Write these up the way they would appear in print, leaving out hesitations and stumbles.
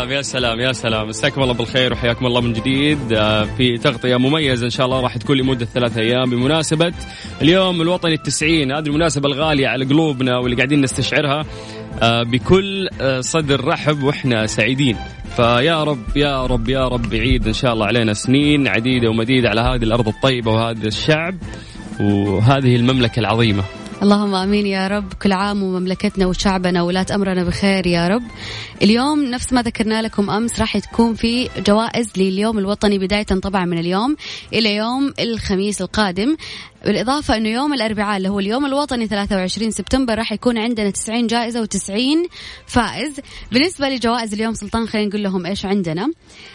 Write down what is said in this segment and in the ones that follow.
سلام يا سلام يا سلام، مساكم الله بالخير وحياكم الله من جديد في تغطية مميزة إن شاء الله راح تكون لمدة 3 أيام بمناسبة اليوم الوطني 90، هذه المناسبة الغالية على قلوبنا واللي قاعدين نستشعرها بكل صدر رحب وإحنا سعيدين. فيا رب يا رب يا رب يعيد إن شاء الله علينا سنين عديدة ومديدة على هذه الأرض الطيبة وهذا الشعب وهذه المملكة العظيمة. اللهم آمين يا رب. كل عام ومملكتنا وشعبنا ولاة أمرنا بخير يا رب. اليوم نفس ما ذكرنا لكم أمس راح تكون في جوائز لليوم الوطني بداية طبعا من اليوم إلى يوم الخميس القادم، بالإضافة أنه يوم الأربعاء اللي هو اليوم الوطني 23 سبتمبر راح يكون عندنا 90 جائزة و90 فائز. بالنسبة لجوائز اليوم سلطان خلينا نقول لهم إيش عندنا.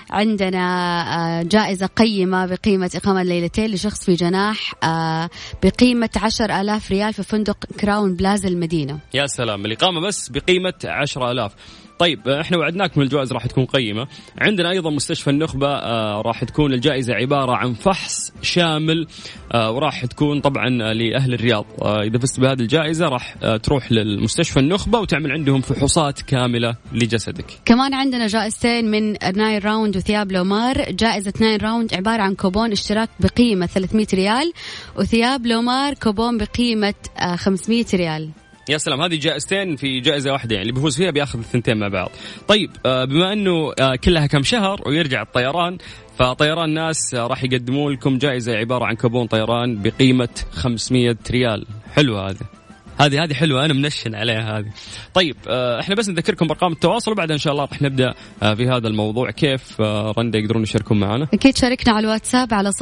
جائزة قيمة بقيمة إقامة ليلتين لشخص في جناح بقيمة 10,000 ريال في فندق كراون بلازا المدينة. يا سلام، الإقامة بس بقيمة 10,000. طيب احنا وعدناكم الجوائز راح تكون قيمة. عندنا ايضا مستشفى النخبة راح تكون الجائزة عبارة عن فحص شامل وراح تكون طبعا لأهل الرياض. اذا فزت بهذه الجائزة راح تروح للمستشفى النخبة وتعمل عندهم فحوصات كاملة لجسدك. كمان عندنا جائزتين من 9 راوند وثياب لومار. جائزة 9 راوند عبارة عن كوبون اشتراك بقيمة 300 ريال وثياب لومار كوبون بقيمة 500 ريال. يا سلام، هذه جائزتين في جائزة واحدة، يعني اللي بيفوز فيها بياخذ الثنتين مع بعض. طيب بما أنه كلها كم شهر ويرجع الطيران، فطيران ناس راح يقدموا لكم جائزة عبارة عن كوبون طيران بقيمة 500 ريال. حلوة هذه حلوة، أنا منشن عليها هذه. طيب إحنا بس نذكركم بأرقام التواصل وبعدها إن شاء الله راح نبدأ في هذا الموضوع. كيف رندا يقدرون يشاركون معنا؟ أكيد شاركنا على الواتساب على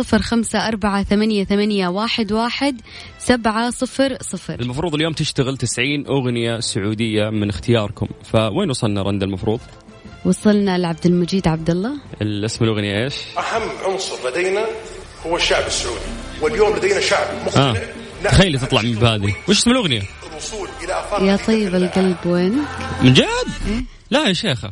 0548811700. المفروض اليوم تشتغل 90 أغنية سعودية من اختياركم، فوين وصلنا رندا؟ المفروض وصلنا لعبد المجيد عبد الله. الاسم الأغنية إيش؟ أهم عنصر لدينا هو الشعب السعودي، واليوم لدينا شعب مختلف. تخيلي تطلع من بهذه. وش اسم الأغنية؟ يا طيب القلب وين؟ من جد؟ لا يا شيخة.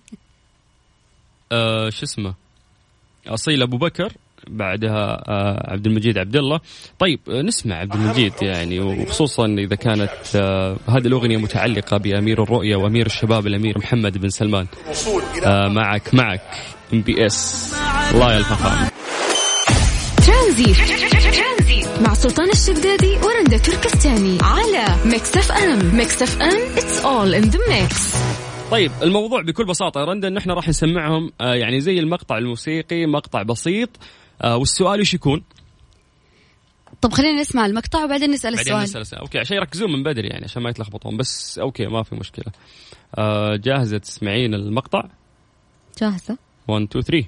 شو اسمه؟ أصيل أبو بكر، بعدها عبد المجيد عبد الله. طيب نسمع عبد المجيد يعني، وخصوصا إذا كانت هذه الأغنية متعلقة بأمير الرؤية وأمير الشباب الأمير محمد بن سلمان. معك MBS. الله يا الفخامة. ترانزيت مع سلطان الشدادي ورندا تركستاني على ميكس اف ام. ميكس اف ام it's all in the mix. طيب الموضوع بكل بساطة يا رندا ان احنا راح نسمعهم يعني زي المقطع الموسيقي، مقطع بسيط والسؤال ايش يكون؟ طب خلينا نسمع المقطع وبعدين نسأل السؤال. اوكي عشان يركزون من بدري يعني عشان ما يتلخبطون. بس اوكي ما في مشكلة. جاهزة تسمعين المقطع؟ جاهزة. 1 2 3.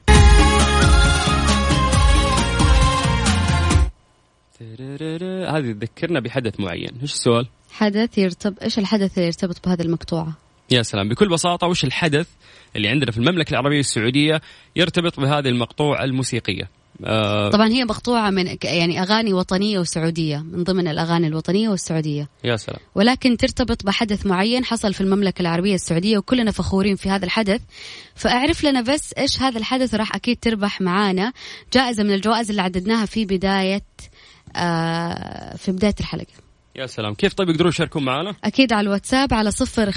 هذه تذكرنا بحدث معين. ايش السؤال؟ ايش الحدث اللي يرتبط بهذه المقطوعة؟ يا سلام، بكل بساطة وش الحدث اللي عندنا في المملكة العربية السعودية يرتبط بهذه المقطوعة الموسيقية؟ طبعا هي مقطوعة من يعني أغاني وطنية وسعودية، من ضمن الأغاني الوطنية والسعودية. يا سلام. ولكن ترتبط بحدث معين حصل في المملكة العربية السعودية وكلنا فخورين في هذا الحدث. فأعرف لنا بس إيش هذا الحدث وراح أكيد تربح معانا جائزة من الجوائز اللي عددناها في بداية الحلقة. يا سلام. كيف طيب يقدرون يشاركون معنا؟ أكيد على الواتساب على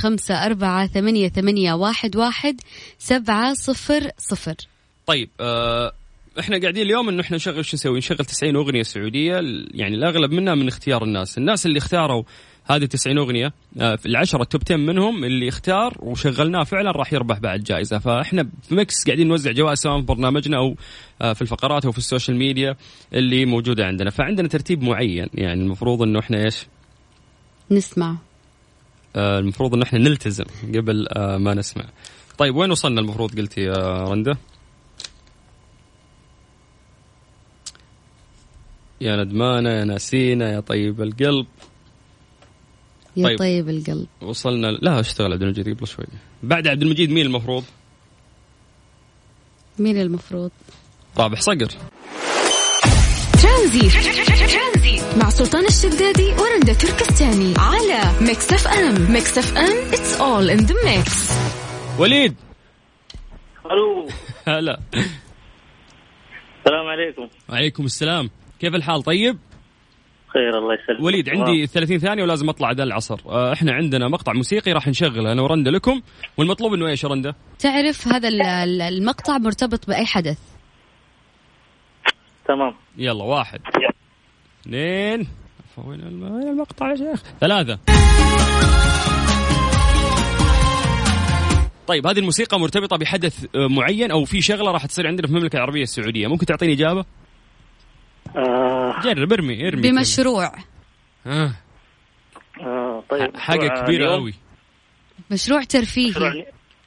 0548811700. طيب احنا قاعدين اليوم انه احنا نشغل شو نسوي؟ نشغل 90 أغنية سعودية، يعني الأغلب منها من اختيار الناس اللي اختاروا هذه 90 أغنية. في 10 توب 10 منهم اللي اختار وشغلناه فعلا راح يربح بعد جائزة. فاحنا في ميكس قاعدين نوزع جوائز سواء في برنامجنا أو في الفقرات أو في السوشيال ميديا اللي موجودة عندنا. فعندنا ترتيب معين، يعني المفروض انه احنا ايش نسمع. المفروض انه احنا نلتزم قبل ما نسمع. طيب وين وصلنا المفروض قلتي يا رندا؟ يا ندمانة يا ناسينة يا طيب القلب. يا طيب القلب وصلنا. لا اشتغل عبد المجيد قبل شوي. بعد عبد المجيد مين المفروض؟ رابح صقر. ترانزيت مع سلطان الشدادي ورندا تركستاني على ميكس اف ام. ميكس اف ام it's all in the mix. وليد. الو. هلا. السلام عليكم. وعليكم السلام. كيف الحال؟ طيب خير الله يسلمك. وليد عندي 30 ثانية ولازم أطلع ذا العصر. احنا عندنا مقطع موسيقي راح نشغله أنا ورندا لكم، والمطلوب إنه إيش رندا؟ تعرف هذا المقطع مرتبط بأي حدث. تمام. يلا 1 2 وين المقطع يا شيخ؟ 3. طيب هذه الموسيقى مرتبطة بحدث معين أو في شغلة راح تصير عندنا في المملكة العربية السعودية. ممكن تعطيني إجابة؟ جرب ارمي بمشروع. طيب حاجة كبيرة قوي. مشروع ترفيهي.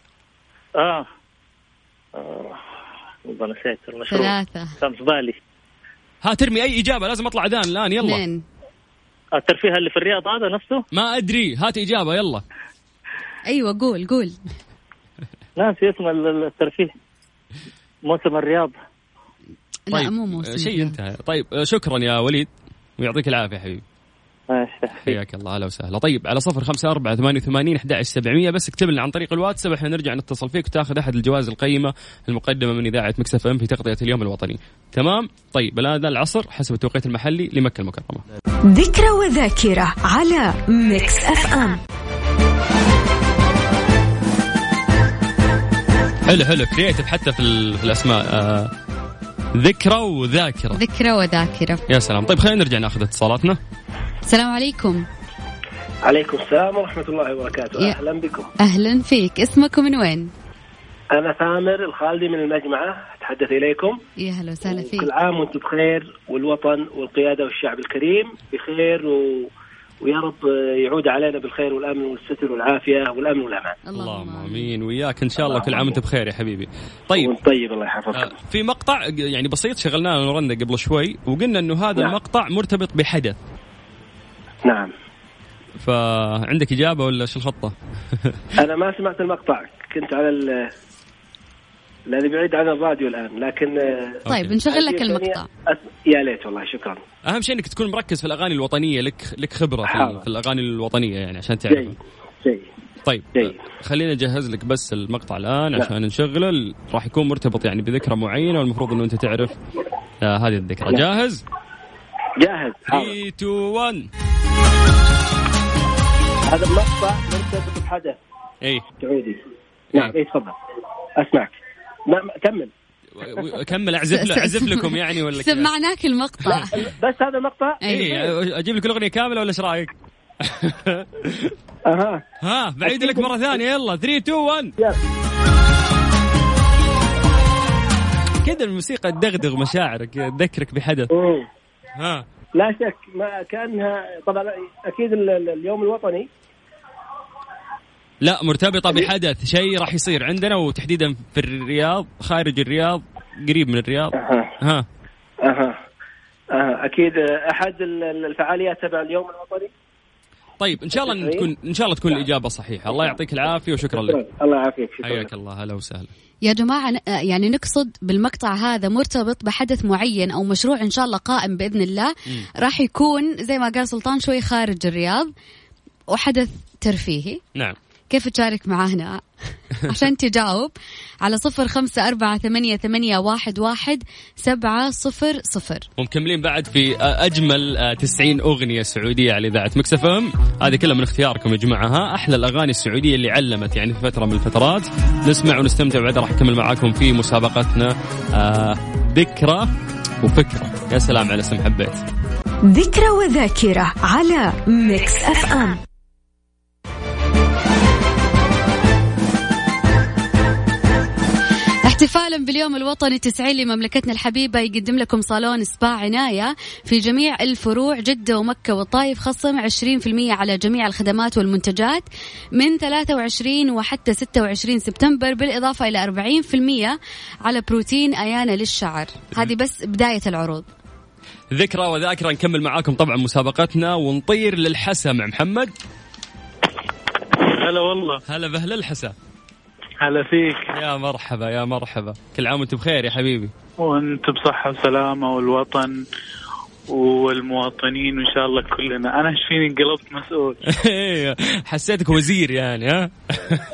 والله نسيت المشروع. 3. كان في بالي. ها ترمي أي إجابة، لازم أطلع أذان الآن. يلا 2. الترفيه اللي في الرياض هذا نفسه؟ ما أدري، هات إجابة يلا. أيوة قول. ناسي اسم الترفيه. موسم الرياض. لا طيب. مو موسم شيء انتهى. طيب شكرا يا وليد ويعطيك العافية حبيبي. حياك الله. أهلا وسهلا. طيب على 0548811700 بس اكتب لنا عن طريق الواتساب، احنا نرجع نتصل فيك وتاخذ أحد الجوائز القيمة المقدمة من إذاعة مكس اف ام في تغطية اليوم الوطني. تمام. طيب الآن العصر حسب التوقيت المحلي لمكة المكرمة. ذكرى وذاكرة على مكس اف ام. حلو كرياتيف حتى في الأسماء. ذكرى وذاكرة. يا سلام. طيب خلينا نرجع ناخذ اتصالاتنا. السلام عليكم. عليكم السلام ورحمة الله وبركاته. أهلا بكم. أهلا فيك. اسمكم من وين؟ أنا ثامر الخالدي من المجمعة، أتحدث إليكم. يا هلا وسهلا فيك. كل عام وأنتم بخير، والوطن والقيادة والشعب الكريم بخير، ويا رب يعود علينا بالخير والأمن والستر والعافية والأمن والأمان. اللهم آمين وياك إن شاء الله. كل عام وأنت بخير يا حبيبي. طيب الله يحفظك. في مقطع يعني بسيط شغلناه أنا ورندا قبل شوي وقلنا إنه هذا المقطع مرتبط بحدث. نعم. فعندك إجابة ولا شو الخطة؟ أنا ما سمعت المقطع، كنت على الذي بعيد عن الراديو الآن، لكن طيب نشغل لك المقطع. يا ليت والله. شكرا. أهم شيء إنك تكون مركز في الأغاني الوطنية، لك خبرة في الأغاني الوطنية يعني عشان تعرف. طيب خلينا نجهز لك بس المقطع الآن عشان نشغله. راح يكون مرتبط يعني بذكرى معينة والمفروض إنه أنت تعرف هذه الذكرى. جاهز؟ 3 2 1. هذا المقطع مرتبط بحدث. تعودي. نعم تفضل أسمعك. كمل اعزف لكم يعني ولا سمعناك المقطع بس هذا المقطع. اجيب لك الاغنيه كامله ولا ايش رايك؟ بعيد لك مره ثانيه. يلا 3 2 1. كذا الموسيقى تدغدغ مشاعرك، تذكرك بحدث. لا شك ما كانها طبعا اكيد اليوم الوطني. لا مرتبطة بحدث، شيء راح يصير عندنا وتحديدا في الرياض، خارج الرياض، قريب من الرياض. أكيد أحد الفعاليات تبع اليوم الوطني. طيب إن شاء الله تكون الإجابة صحيحة. الله يعطيك العافية وشكرا لك. الله يعافيك. حياك الله. هلا وسهلا. يا جماعة يعني نقصد بالمقطع هذا مرتبط بحدث معين أو مشروع إن شاء الله قائم بإذن الله. راح يكون زي ما قال سلطان شوي خارج الرياض وحدث ترفيهي. نعم. كيف تشارك معنا عشان تجاوب على 0548811700. ومكملين بعد في أجمل 90 أغنية سعودية على إذاعة مكس اف ام. هذه كلها من اختياركم يا جماعة. أحلى الأغاني السعودية اللي علمت يعني في فترة من الفترات. نسمع ونستمتع وبعد راح نكمل معاكم في مسابقتنا ذكرى وفكرة. يا سلام على اسم حبيت. ذكرى وذاكرة على مكس اف ام. احتفالا باليوم الوطني 90 لمملكتنا الحبيبة يقدم لكم صالون سبا عناية في جميع الفروع جدة ومكة والطائف خصم 20% على جميع الخدمات والمنتجات من 23 وحتى 26 سبتمبر، بالإضافة إلى 40% على بروتين أيانا للشعر. هذه بس بداية العروض. ذكرى وذاكرة. نكمل معاكم طبعا مسابقتنا ونطير للحسا مع محمد. هلا والله. هلا بهلا الحسا. هلا فيك. يا مرحبا يا مرحبا. كل عام وانت بخير يا حبيبي. وانت بصحة وسلامة والوطن والمواطنين وإن شاء الله كلنا. أنا ايش فيني انقلبت مسؤول. حسيتك وزير يعني.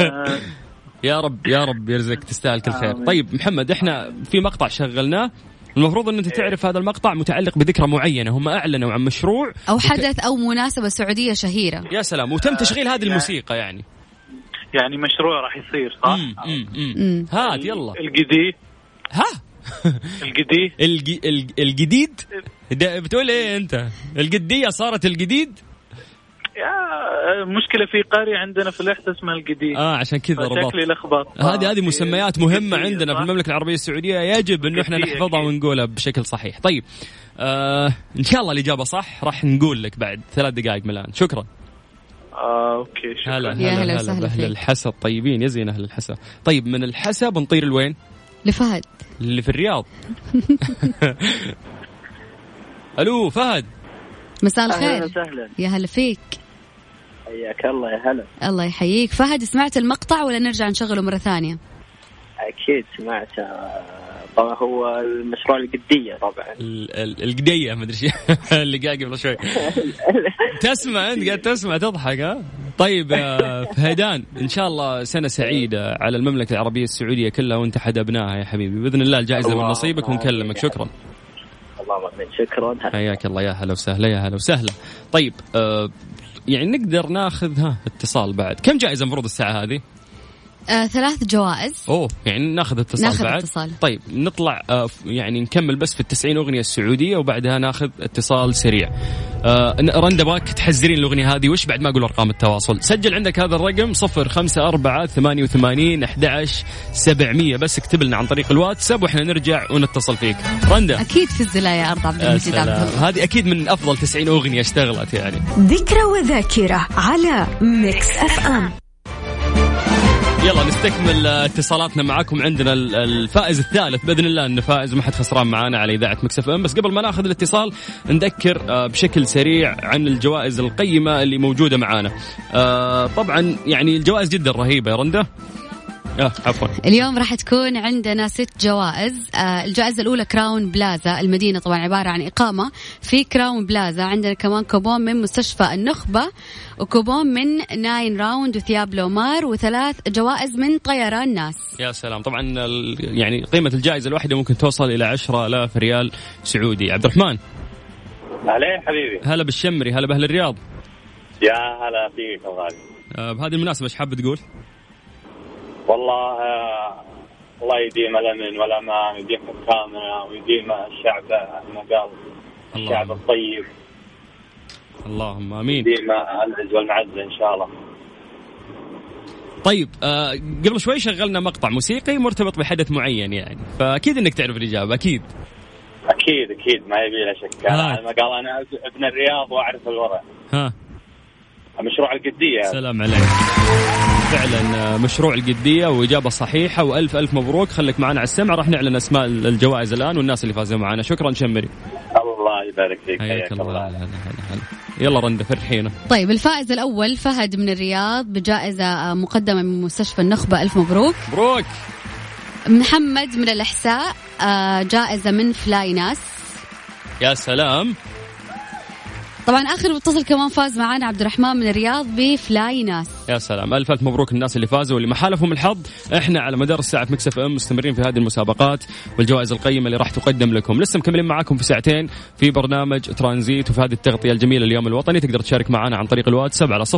يا رب يا رب يرزقك تستاهل كل خير. طيب محمد احنا في مقطع شغلناه المفروض أن أنت تعرف هذا المقطع متعلق بذكرى معينة، هم أعلنوا عن مشروع أو حدث أو مناسبة سعودية شهيرة. يا سلام، وتم تشغيل هذه الموسيقى يعني مشروع راح يصير صح؟ هات يلا الجديد. ها الجديد بتقول ايه انت؟ الجدية صارت الجديد؟ مشكلة في قرية عندنا في الإحساس اسمها الجديد. عشان كذا ربط. شكلي لخبط. هذه مسميات مهمة عندنا في المملكة العربية السعودية، يجب إنه إحنا نحفظها ونقولها بشكل صحيح. طيب إن شاء الله الإجابة صح، راح نقول لك بعد 3 دقائق من الآن. شكرا. أوكي شكرا. هلا أهل الحسا الطيبين، يزين أهل الحسا. طيب من الحسا بنطير لوين؟ لفهد اللي في الرياض. ألو فهد، مساء الخير. أهلا وسهلا. يا هلا فيك. حياك الله. يا هلا. الله يحييك. فهد، سمعت المقطع ولا نرجع نشغله مرة ثانية؟ أكيد سمعت. طبعا هو المشروع الجدية، طبعا الجدية ما أدري شيء اللي قاعد قبل شوي. تسمع أنت قاعد تسمع تضحك ها؟ طيب يا فهدان، إن شاء الله سنة سعيدة على المملكة العربية السعودية كلها وأنت حد أبنائها يا حبيبي، بإذن الله الجائزة من نصيبك ونكلمك. شكرا. شكرا. حياك الله. يا هلا وسهلا. يا هلا وسهلا. طيب يعني نقدر ناخذ اتصال بعد. كم جائزة مفروض الساعة هذه؟ 3 جوائز. يعني ناخذ اتصال بعد. اتصال. طيب نطلع يعني نكمل بس في 90 أغنية السعودية وبعدها ناخذ اتصال سريع. رندا باك تحذرين الأغنية هذه وش بعد ما أقول أرقام التواصل. سجل عندك هذا الرقم 0548811700، بس اكتب لنا عن طريق الواتساب وإحنا نرجع ونتصل فيك. رندا أكيد في الزلايا أرض عبد المجيد عبد الله، هذه أكيد من أفضل 90 أغنية اشتغلت يعني. ذكرى وذاكرة على ميكس اف ام. يلا نستكمل اتصالاتنا معاكم. عندنا الفائز الثالث بإذن الله، أنه فائز وما حد خسران معانا على إذاعة ميكس اف ام. بس قبل ما ناخذ الاتصال نذكر بشكل سريع عن الجوائز القيمة اللي موجودة معانا. طبعا يعني الجوائز جدا رهيبة يا رندا. عفوا. اليوم راح تكون عندنا 6 جوائز. الجائزة الأولى كراون بلازا المدينة، طبعا عبارة عن إقامة في كراون بلازا. عندنا كمان كوبون من مستشفى النخبة، وكوبون من 9 راوند وثياب لومار، و3 جوائز من طيران ناس. يا سلام. طبعا يعني قيمة الجائزة الواحدة ممكن توصل إلى 10,000 ريال سعودي. عبد الرحمن. عليه حبيبي. هلا بالشمري، هلا بأهل الرياض. يا هلا فيك غالي. بهذه المناسبة ايش حاب تقول؟ والله الله يديم الأمن والأمان ويديم حكامنا ويديم الشعب المقال، الشعب الطيب. اللهم آمين. يديم العز والمعزة إن شاء الله. طيب قبل شوي شغلنا مقطع موسيقي مرتبط بحدث معين يعني، فأكيد إنك تعرف الإجابة. أكيد ما يبي لا شك. المقال أنا ابن الرياض وأعرف الوضع. مشروع الجدية. سلام عليك. فعلا مشروع الجدية، وإجابة صحيحة، وألف ألف مبروك. خليك معنا على السمع، راح نعلن أسماء الجوائز الآن والناس اللي فازوا معنا. شكرا شمري. الله يبارك فيك. حياك الله. يلا رندا فرحينا. طيب الفائز الأول فهد من الرياض بجائزة مقدمة من مستشفى النخبة، ألف مبروك. مبروك. محمد من الإحساء جائزة من فلاي ناس. يا سلام. طبعا آخر متصل كمان فاز معنا عبد الرحمن من الرياض بفلاي ناس. يا سلام. ألف ألف مبروك الناس اللي فازوا واللي ما حالفهم الحظ. احنا على مدار الساعة في ميكس اف ام مستمرين في هذه المسابقات والجوائز القيمة اللي راح تقدم لكم. لسه مكملين معاكم في ساعتين في برنامج ترانزيت وفي هذه التغطية الجميلة اليوم الوطني. تقدر تشارك معنا عن طريق الواتساب على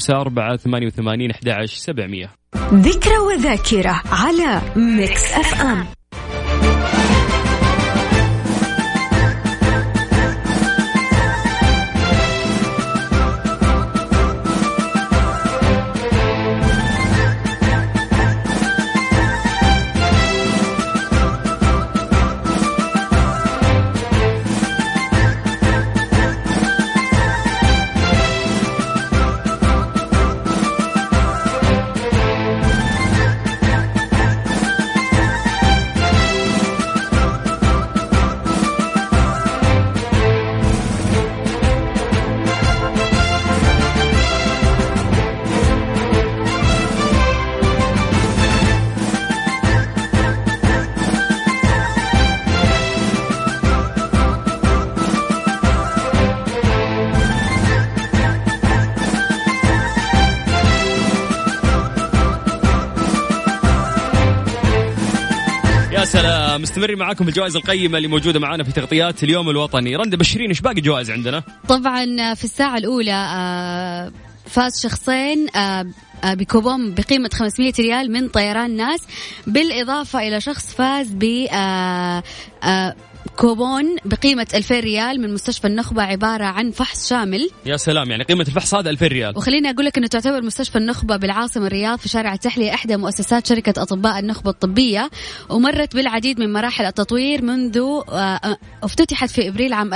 0548811700. ذكرى وذاكرة على ميكس اف ام. سلام. مستمرين معاكم بالجوائز القيمة اللي موجودة معنا في تغطيات اليوم الوطني. رندا بشرين إيش باقي جوائز عندنا؟ طبعا في الساعة الأولى فاز شخصين بكوبون بقيمة 500 ريال من طيران ناس، بالإضافة إلى شخص فاز ب كوبون بقيمة 2000 ريال من مستشفى النخبة، عبارة عن فحص شامل. يا سلام، يعني قيمة الفحص هذا 2000 ريال. وخليني أقول لك أنه تعتبر مستشفى النخبة بالعاصمة الرياض في شارع التحلية إحدى مؤسسات شركة أطباء النخبة الطبية، ومرت بالعديد من مراحل التطوير منذ افتتحت في إبريل عام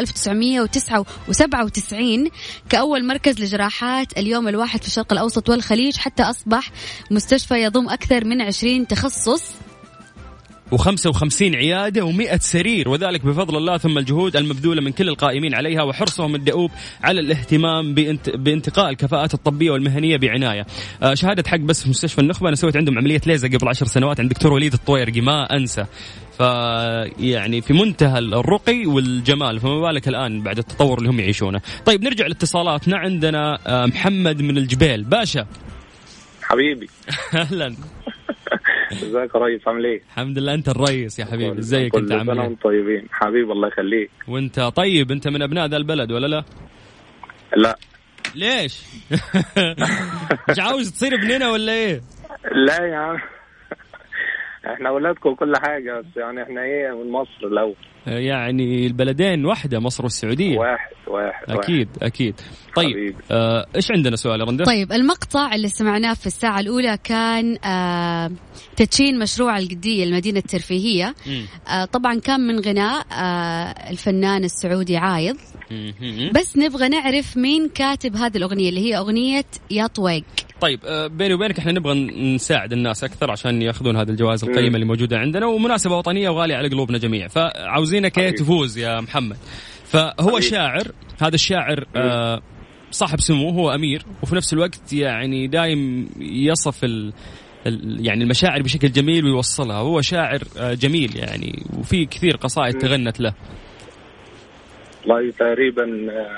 1997 كأول مركز لجراحات اليوم الواحد في الشرق الأوسط والخليج، حتى أصبح مستشفى يضم أكثر من 20 تخصص و55 عيادة و100 سرير، وذلك بفضل الله ثم الجهود المبذولة من كل القائمين عليها وحرصهم الدؤوب على الاهتمام بانتقاء الكفاءات الطبية والمهنية بعناية. شهادة حق بس في مستشفى النخبة، أنا سويت عندهم عملية ليزر قبل 10 سنوات عند دكتور وليد الطويرقي ما أنسى، يعني في منتهى الرقي والجمال، فما بالك الآن بعد التطور اللي هم يعيشونه. طيب نرجع لاتصالاتنا. عندنا محمد من الجبيل. باشا حبيبي. أهلا. ازيك يا ريس، عامل ايه؟ الحمد لله. انت الريس يا حبيبي، ازيك انت عامل ايه؟ طيبين حبيبي، الله يخليك. وانت طيب؟ انت من ابناء ذا البلد ولا لا؟ لا. ليش؟ مش عاوز تصير ابننا ولا ايه؟ لا يا عم، احنا اولادكم وكل حاجه، بس يعني احنا ايه من مصر الاول، يعني البلدين واحدة، مصر والسعودية. واحد أكيد واحد. أكيد. طيب إيش عندنا سؤال يا رندا؟ طيب المقطع اللي سمعناه في الساعة الأولى كان تدشين مشروع القدية المدينة الترفيهية. طبعا كان من غناء الفنان السعودي عايض، بس نبغى نعرف مين كاتب هذه الأغنية اللي هي أغنية يا طويق. طيب بيني وبينك احنا نبغى نساعد الناس أكثر عشان يأخذون هذه الجوائز القيمة اللي موجودة عندنا، ومناسبة وطنية وغالية على قلوبنا جميع، فعاوزينك تفوز يا محمد. فهو شاعر، هذا الشاعر صاحب سمو، هو أمير، وفي نفس الوقت يعني دايم يصف يعني المشاعر بشكل جميل ويوصلها. هو شاعر جميل يعني، وفي كثير قصائد تغنت له. والله تقريبا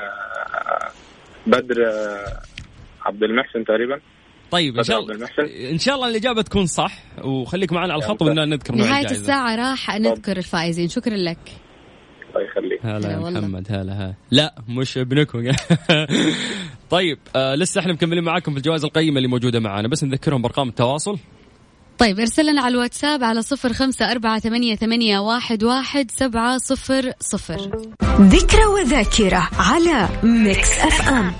بدر عبد المحسن تقريبا. طيب إن شاء الله الإجابة تكون صح، وخليك معنا على الخط وإننا نذكر نهاية الساعة راح نذكر الفائزين. شكرا لك. الله يخليك. هلا محمد. هلا لا مش ابنكم. طيب لسه احنا مكملين معاكم في الجوائز القيمة اللي موجودة معنا، بس نذكرهم بأرقام التواصل. طيب ارسل لنا على الواتساب على 0548811700. ذكرى وذاكرة على ميكس اف ام.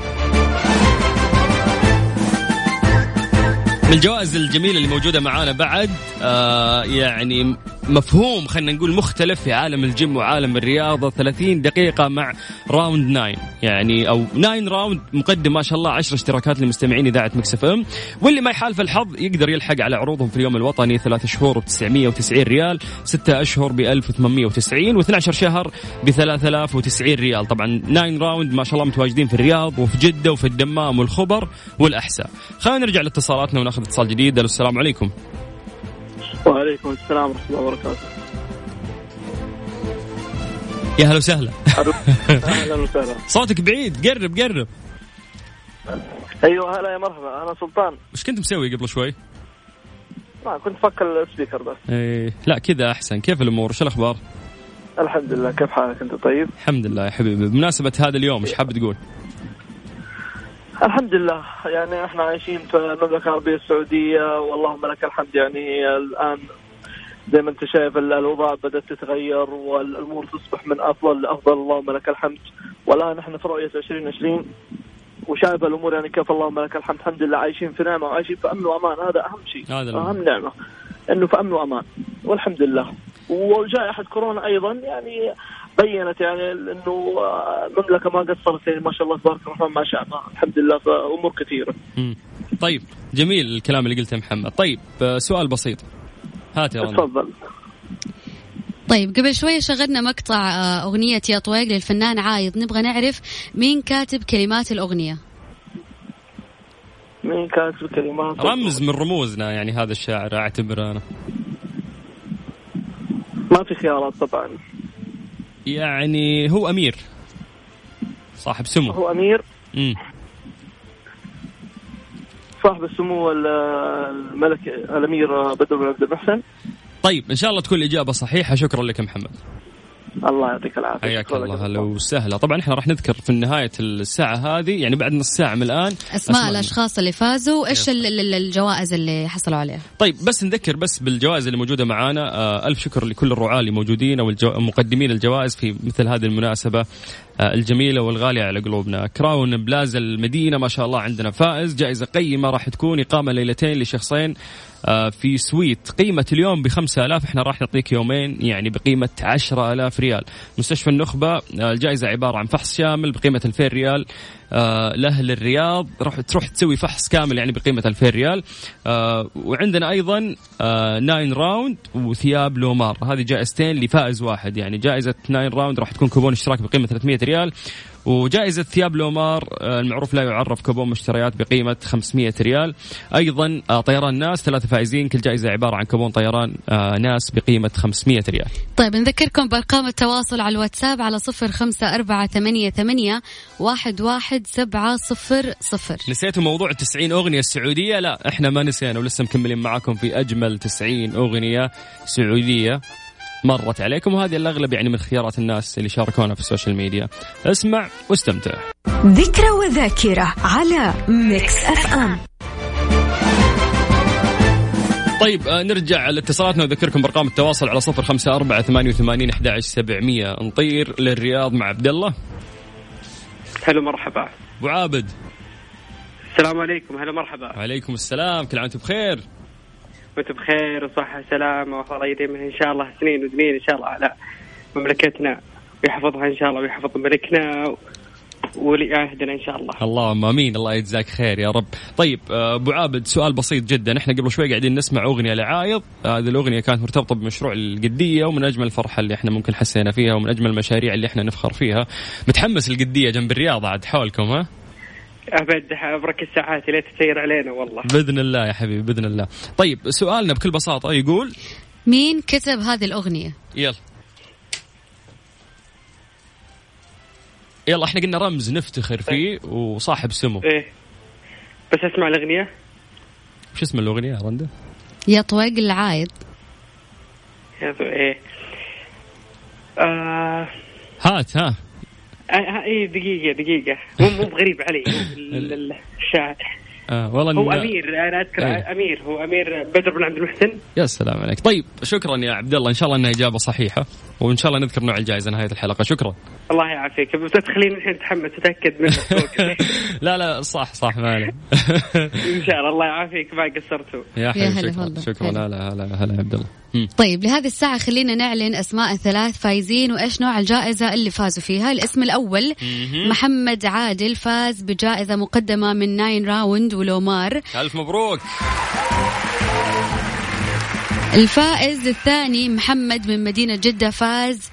من الجوائز الجميلة اللي موجودة معانا بعد يعني مفهوم خلينا نقول مختلف في عالم الجيم وعالم الرياضة. 30 دقيقة مع راوند 9 يعني، أو 9 راوند، مقدم ما شاء الله 10 اشتراكات لمستمعين إذاعة ميكس اف ام. واللي ما يحالف الحظ يقدر يلحق على عروضهم في اليوم الوطني. 3 شهور ب990 ريال، 6 أشهر ب1890، و12 شهر ب3090 ريال. طبعا 9 راوند ما شاء الله متواجدين في الرياض وفي جدة وفي الدمام والخبر والأحساء. خلينا نرجع لاتصالاتنا وناخذ اتصال جديد. السلام عليكم. وعليكم السلام ورحمة الله وبركاته. يا هلا وسهلا. أهلا وسهلا. صوتك بعيد، قرب. أيوة هلا يا مرحبا، أنا سلطان. وش كنت مسوي قبل شوي؟ ما كنت فكر السبيكر بس. لا كذا أحسن. كيف الأمور؟ شو الأخبار؟ الحمد لله. كيف حالك أنت؟ طيب الحمد لله يا حبيبي. بمناسبة هذا اليوم إيش حاب تقول؟ الحمد لله، يعني احنا عايشين في المملكة العربية السعودية واللهم لك الحمد. يعني الآن زي ما انت شايف الأوضاع بدأت تتغير والأمور تصبح من أفضل لأفضل، اللهم لك الحمد. والآن احنا في رؤية 2020 وشايف الأمور يعني كيف، اللهم لك الحمد. الحمد لله عايشين في نعمة وعايشين في أمن وأمان، هذا أهم شيء، أهم نعمة إنه في أمن وأمان والحمد لله. وجائحة كورونا أيضا يعني بيّنت يعني إنه المملكة ما قصرت، يعني ما شاء الله تبارك الرحمن ما شاء الله، الحمد لله في أمور كثيرة. طيب جميل الكلام اللي قلته محمد. طيب سؤال بسيط، هات يا رنا. تفضل. طيب قبل شوية شغلنا مقطع أغنية يا طويق للفنان عايض، نبغى نعرف مين كاتب كلمات الأغنية. مين كاتب كلمات؟ رمز من رموزنا يعني هذا الشاعر أعتبره أنا. ما في خيارات طبعا. يعني هو أمير صاحب سمو. هو أمير. صاحب السمو الملك الأمير بدر بن عبد المحسن. طيب إن شاء الله تكون الإجابة صحيحة. شكرا لك محمد. الله يعطيك العافية. حياك الله. هلا وسهلا. طبعا احنا راح نذكر في نهاية الساعة هذه يعني بعد نص ساعة من الآن أسماء الأشخاص اللي فازوا وإيش الجوائز اللي حصلوا عليها. طيب بس نذكر بس بالجوائز اللي موجودة معانا. ألف شكر لكل الرعاة اللي موجودين أو مقدمين الجوائز في مثل هذه المناسبة الجميلة والغالية على قلوبنا. كراون بلازا المدينة ما شاء الله عندنا فائز. جائزة قيمة راح تكون إقامة ليلتين لشخصين في سويت. قيمة اليوم ب5,000. احنا راح نعطيك يومين يعني بقيمة 10,000 ريال. مستشفى النخبة الجائزة عبارة عن فحص شامل بقيمة 2,000 ريال لأهل الرياض. تروح تسوي فحص كامل يعني بقيمة 2,000 ريال. وعندنا أيضا 9 راوند وثياب لومار. هذه جائزتين لفائز واحد. يعني جائزة 9 راوند راح تكون كوبون اشتراك بقيمة 300 ريال. وجائزة ثياب لومار المعروف لا يعرف كوبون مشتريات بقيمة 500 ريال. أيضا طيران ناس 3 فائزين. كل جائزة عبارة عن كوبون طيران ناس بقيمة 500 ريال. طيب نذكركم بأرقام التواصل على الواتساب على 0548811700. نسيتوا موضوع 90 أغنية السعودية؟ لا احنا ما نسينا ولسه مكملين معاكم في أجمل 90 أغنية سعودية مرت عليكم. وهذه الأغلب يعني من خيارات الناس اللي شاركونا في السوشيال ميديا. اسمع واستمتع. ذكرى وذاكرة على ميكس اف ام. طيب نرجع لاتصالاتنا وذكركم برقم التواصل على 0548811700. نطير للرياض مع عبد الله. هلا مرحبا. أبو عابد. السلام عليكم. هلا مرحبا. وعليكم السلام. كل عام وانتم بخير. وانتم بخير وصحة وسلامة والله يديم إن شاء الله سنين ودنين إن شاء الله على مملكتنا ويحفظها إن شاء الله ويحفظ ملكنا ولي عهدنا إن شاء الله. اللهم آمين. الله يجزاك خير يا رب. طيب أبو عابد سؤال بسيط جدا. إحنا قبل شوي قاعدين نسمع أغنية لعايض. هذه الأغنية كانت مرتبطة بمشروع القدية ومن أجمل الفرحة اللي إحنا ممكن حسينا فيها ومن أجمل المشاريع اللي إحنا نفخر فيها. متحمس القدية جنب الرياض عاد حولكم ها؟ أبد أبرك الساعات اللي تسير علينا والله. بإذن الله يا حبيبي بإذن الله. طيب سؤالنا بكل بساطة يقول مين كتب هذه الأغنية؟ يلا احنا قلنا رمز نفتخر فيه وصاحب سمو. ايه بس اسمع الأغنية. وش اسم الأغنية يا رندا؟ يا طويق العايض. ايه هات ها. ايه دقيقة مو غريب علي الشاعر. والله هو أمير. أنا أذكر أمير. هو أمير بدر بن عبد المحسن. يا سلام عليك. طيب شكرا يا عبد الله. إن شاء الله أنها إجابة صحيحة وإن شاء الله نذكر نوع الجائزة نهاية الحلقة. شكرا. الله يعافيك. بس تخليني الحين أتحمس أتأكد منك. لا صح مالي. إن شاء الله. الله يعافيك ما قصرتوا يا حبيبي. شكرا. هلا عبد الله. طيب لهذه الساعة خلينا نعلن أسماء 3 فايزين وإيش نوع الجائزة اللي فازوا فيها. الاسم الأول محمد عادل فاز بجائزة مقدمة من 9 راوند ولومار. ألف مبروك. الفائز الثاني محمد من مدينة جدة فاز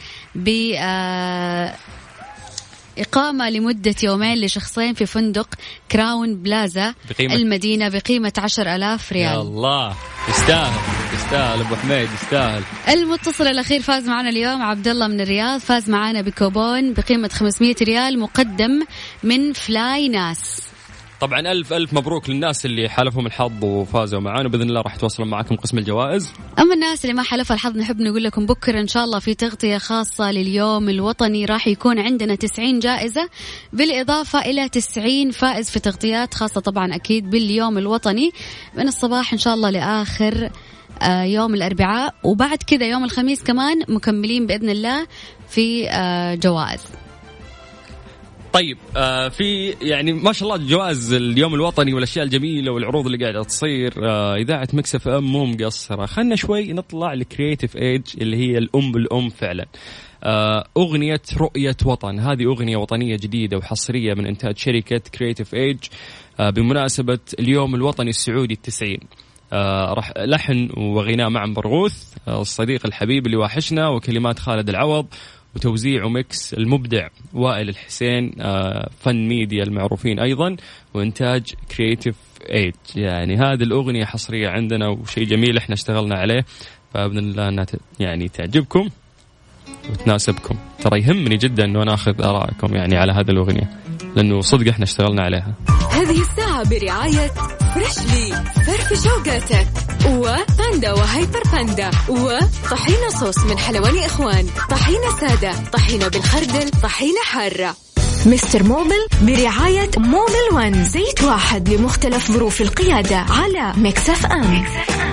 إقامة لمدة يومين لشخصين في فندق كراون بلازا المدينة بقيمة 10,000 ريال. يا الله يستاهل أبو حميد يستاهل. المتصل الأخير فاز معنا اليوم عبد الله من الرياض. فاز معنا بكوبون بقيمة 500 ريال مقدم من فلاي ناس. طبعا ألف مبروك للناس اللي حالفهم الحظ وفازوا معانا. بإذن الله راح يتواصلون معكم قسم الجوائز. أما الناس اللي ما حلف الحظ نحب نقول لكم بكرة إن شاء الله في تغطية خاصة لليوم الوطني. راح يكون عندنا 90 جائزة بالإضافة إلى 90 فائز في تغطيات خاصة طبعا أكيد باليوم الوطني من الصباح إن شاء الله لآخر يوم الأربعاء. وبعد كذا يوم الخميس كمان مكملين بإذن الله في جوائز. طيب في يعني ما شاء الله جوائز اليوم الوطني والأشياء الجميلة والعروض اللي قاعدة تصير. إذاعة ميكس اف ام مو مقصرة. خلنا شوي نطلع لكرياتيف ايج اللي هي الأم فعلا. أغنية رؤية وطن. هذه أغنية وطنية جديدة وحصرية من إنتاج شركة كرياتيف ايج بمناسبة اليوم الوطني السعودي 90. راح لحن وغناء معا برغوث الصديق الحبيب اللي واحشنا وكلمات خالد العوض وتوزيع وميكس المبدع وائل الحسين فن ميديا المعروفين أيضا وإنتاج كرياتيف ايج. يعني هذه الأغنية حصرية عندنا وشيء جميل احنا اشتغلنا عليه. فبإذن الله أنها يعني تعجبكم وتناسبكم. ترى يهمني جدا أنه أنا أخذ آرائكم يعني على هذه الأغنية. لأنه صدق إحنا اشتغلنا عليها. هذه الساعة برعاية فريشلي فرف شوقاتك وباندا وهيبر باندا وطحينة صوص من حلواني إخوان، طحينة سادة، طحينة بالخردل، طحينة حارة. مستر موبل برعاية موبل ون، زيت واحد لمختلف ظروف القيادة على ميكس اف ام.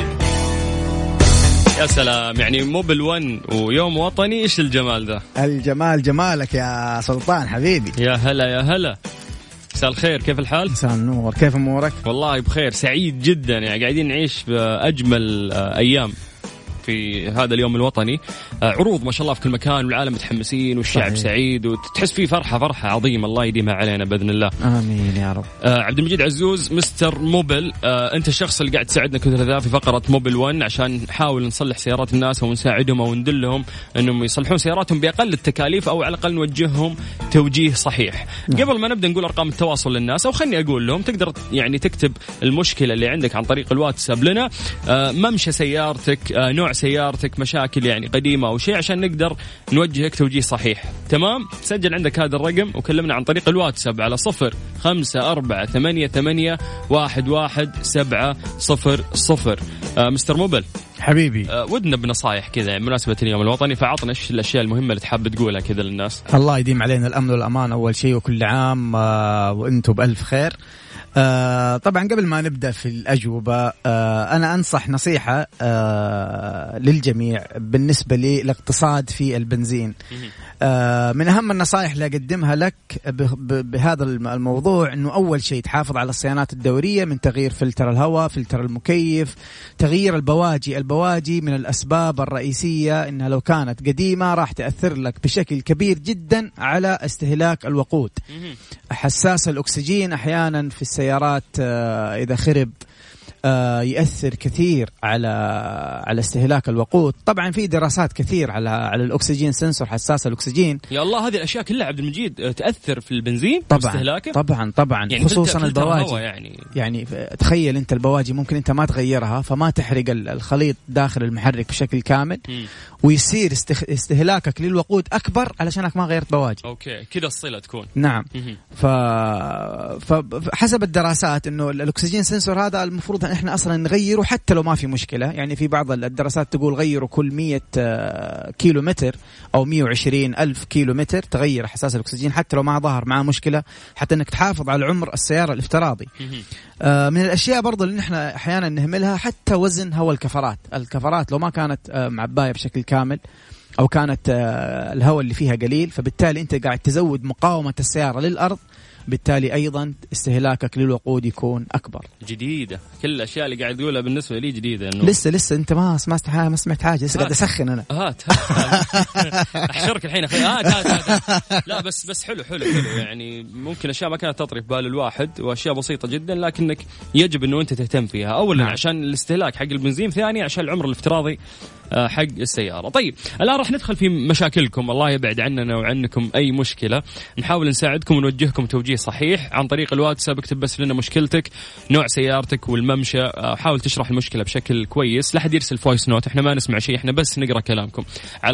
يا سلام، يعني موبل ون ويوم وطني، إيش الجمال ده؟ الجمال جمالك يا سلطان حبيبي. يا هلا يا هلا، مساء الخير، كيف الحال؟ مساء النور، كيف أمورك؟ والله بخير، سعيد جدا، يعني قاعدين نعيش بأجمل أيام في هذا اليوم الوطني. عروض ما شاء الله في كل مكان والعالم متحمسين والشعب صحيح. سعيد وتحس فيه فرحة عظيمة، الله يديمها علينا بإذن الله. آمين يا رب. عبد المجيد عزوز مستر موبل، أنت الشخص اللي قاعد تساعدنا كل ثلاثاء في فقرة موبل ون عشان نحاول نصلح سيارات الناس ونساعدهم أو ندلهم أنهم يصلحون سياراتهم بأقل التكاليف أو على الأقل نوجههم توجيه صحيح. قبل ما نبدأ نقول أرقام التواصل للناس، أو خلني أقول لهم تقدر يعني تكتب المشكلة اللي عندك عن طريق الواتساب لنا، ممشى سيارتك، نوع سيارتك، مشاكل يعني قديمة أو شيء، عشان نقدر نوجهك توجيه صحيح. تمام؟ سجل عندك هذا الرقم وكلمنا عن طريق الواتساب على 0548811700. مستر موبل حبيبي، ودنا بنصايح كذا مناسبة اليوم الوطني، فعطنا ايش الأشياء المهمة اللي تحب تقولها كذا للناس. الله يديم علينا الأمن والأمان أول شيء، وكل عام وأنتم بألف خير. طبعا قبل ما نبدأ في الأجوبة، أنا أنصح نصيحة للجميع بالنسبة للاقتصاد في البنزين. من أهم النصائح اللي أقدمها لك بهذا الموضوع أنه أول شيء تحافظ على الصيانات الدورية، من تغيير فلتر الهواء، فلتر المكيف، تغيير البواجي من الأسباب الرئيسية إنها لو كانت قديمة راح تأثر لك بشكل كبير جدا على استهلاك الوقود. حساس الأكسجين أحيانا في السيارات إذا خرب يأثر كثير على استهلاك الوقود. طبعا في دراسات كثير على الأكسجين سنسور، حساس الأكسجين. يا الله، هذه الأشياء كلها عبد المجيد تأثر في البنزين واستهلاكه؟ طبعا يعني خصوصا البواجي. يعني تخيل أنت البواجي ممكن أنت ما تغيرها، فما تحرق الخليط داخل المحرك بشكل كامل، ويصير استهلاكك للوقود أكبر علشانك ما غيرت بواجي. أوكي، كده الصلة تكون. نعم. فحسب الدراسات إنه الأكسجين سنسور هذا المفروض أن إحنا أصلا نغيره حتى لو ما في مشكلة. يعني في بعض الدراسات تقول غيره كل 100 كيلو متر أو 120 ألف كيلو متر تغير حساس الأكسجين، حتى لو ما ظهر معه مشكلة، حتى أنك تحافظ على عمر السيارة الافتراضي. من الأشياء برضو اللي إحنا أحيانا نهملها حتى وزن هواء الكفرات لو ما كانت معباية بشكل كامل أو كانت الهواء اللي فيها قليل، فبالتالي أنت قاعد تزود مقاومة السيارة للأرض، بالتالي أيضا استهلاكك للوقود يكون أكبر. جديدة كل الأشياء اللي قاعد تقولها بالنسبة لي جديدة. إنه لسه أنت ما سمعت حاجة، لسه قاعد أسخن أنا. هات أحشرك الحين أخي. هات. لا بس حلو يعني ممكن أشياء ما كانت تطري في بال الواحد، وأشياء بسيطة جدا لكنك يجب إنه أنت تهتم فيها. أولا عشان الاستهلاك حق البنزين، ثاني عشان العمر الافتراضي حق السيارة. طيب الآن راح ندخل في مشاكلكم، الله يبعد عننا وعنكم أي مشكلة، نحاول نساعدكم ونوجهكم توجيه صحيح عن طريق الواتساب. اكتب بس لنا مشكلتك، نوع سيارتك والممشى، حاول تشرح المشكلة بشكل كويس، لا حد يرسل فويس نوت، احنا ما نسمع شيء، احنا بس نقرأ كلامكم على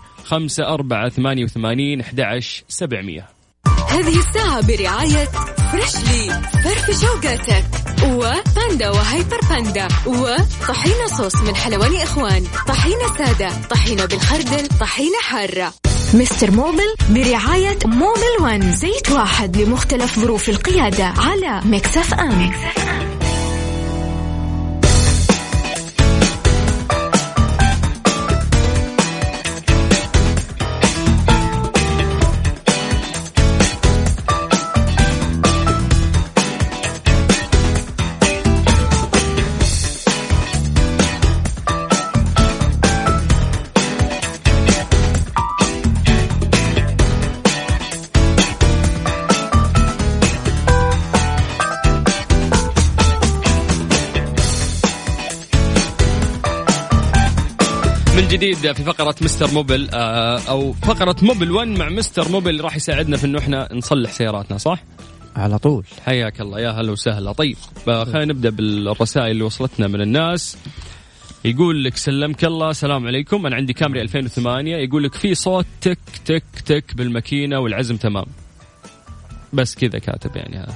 0548811700. هذه الساعة برعاية فريشلي فرف شوقاتك وباندا وهيبر باندا وطحينة صوص من حلواني إخوان، طحينة سادة، طحينة بالخردل، طحينة حارة. مستر موبل برعاية موبل ون، زيت واحد لمختلف ظروف القيادة على ميكس اف ام. جديد في فقرة مستر موبل، أو فقرة موبل ون مع مستر موبل، راح يساعدنا في إنه إحنا نصلح سياراتنا. صح؟ على طول. حياك الله، يا هلا وسهلا. طيب خلينا نبدأ بالرسائل اللي وصلتنا من الناس. يقول لك سلمك الله، السلام عليكم، أنا عندي كامري 2008، يقول لك في صوت تك تك تك بالماكينة والعزم تمام. بس كذا كاتب يعني هذا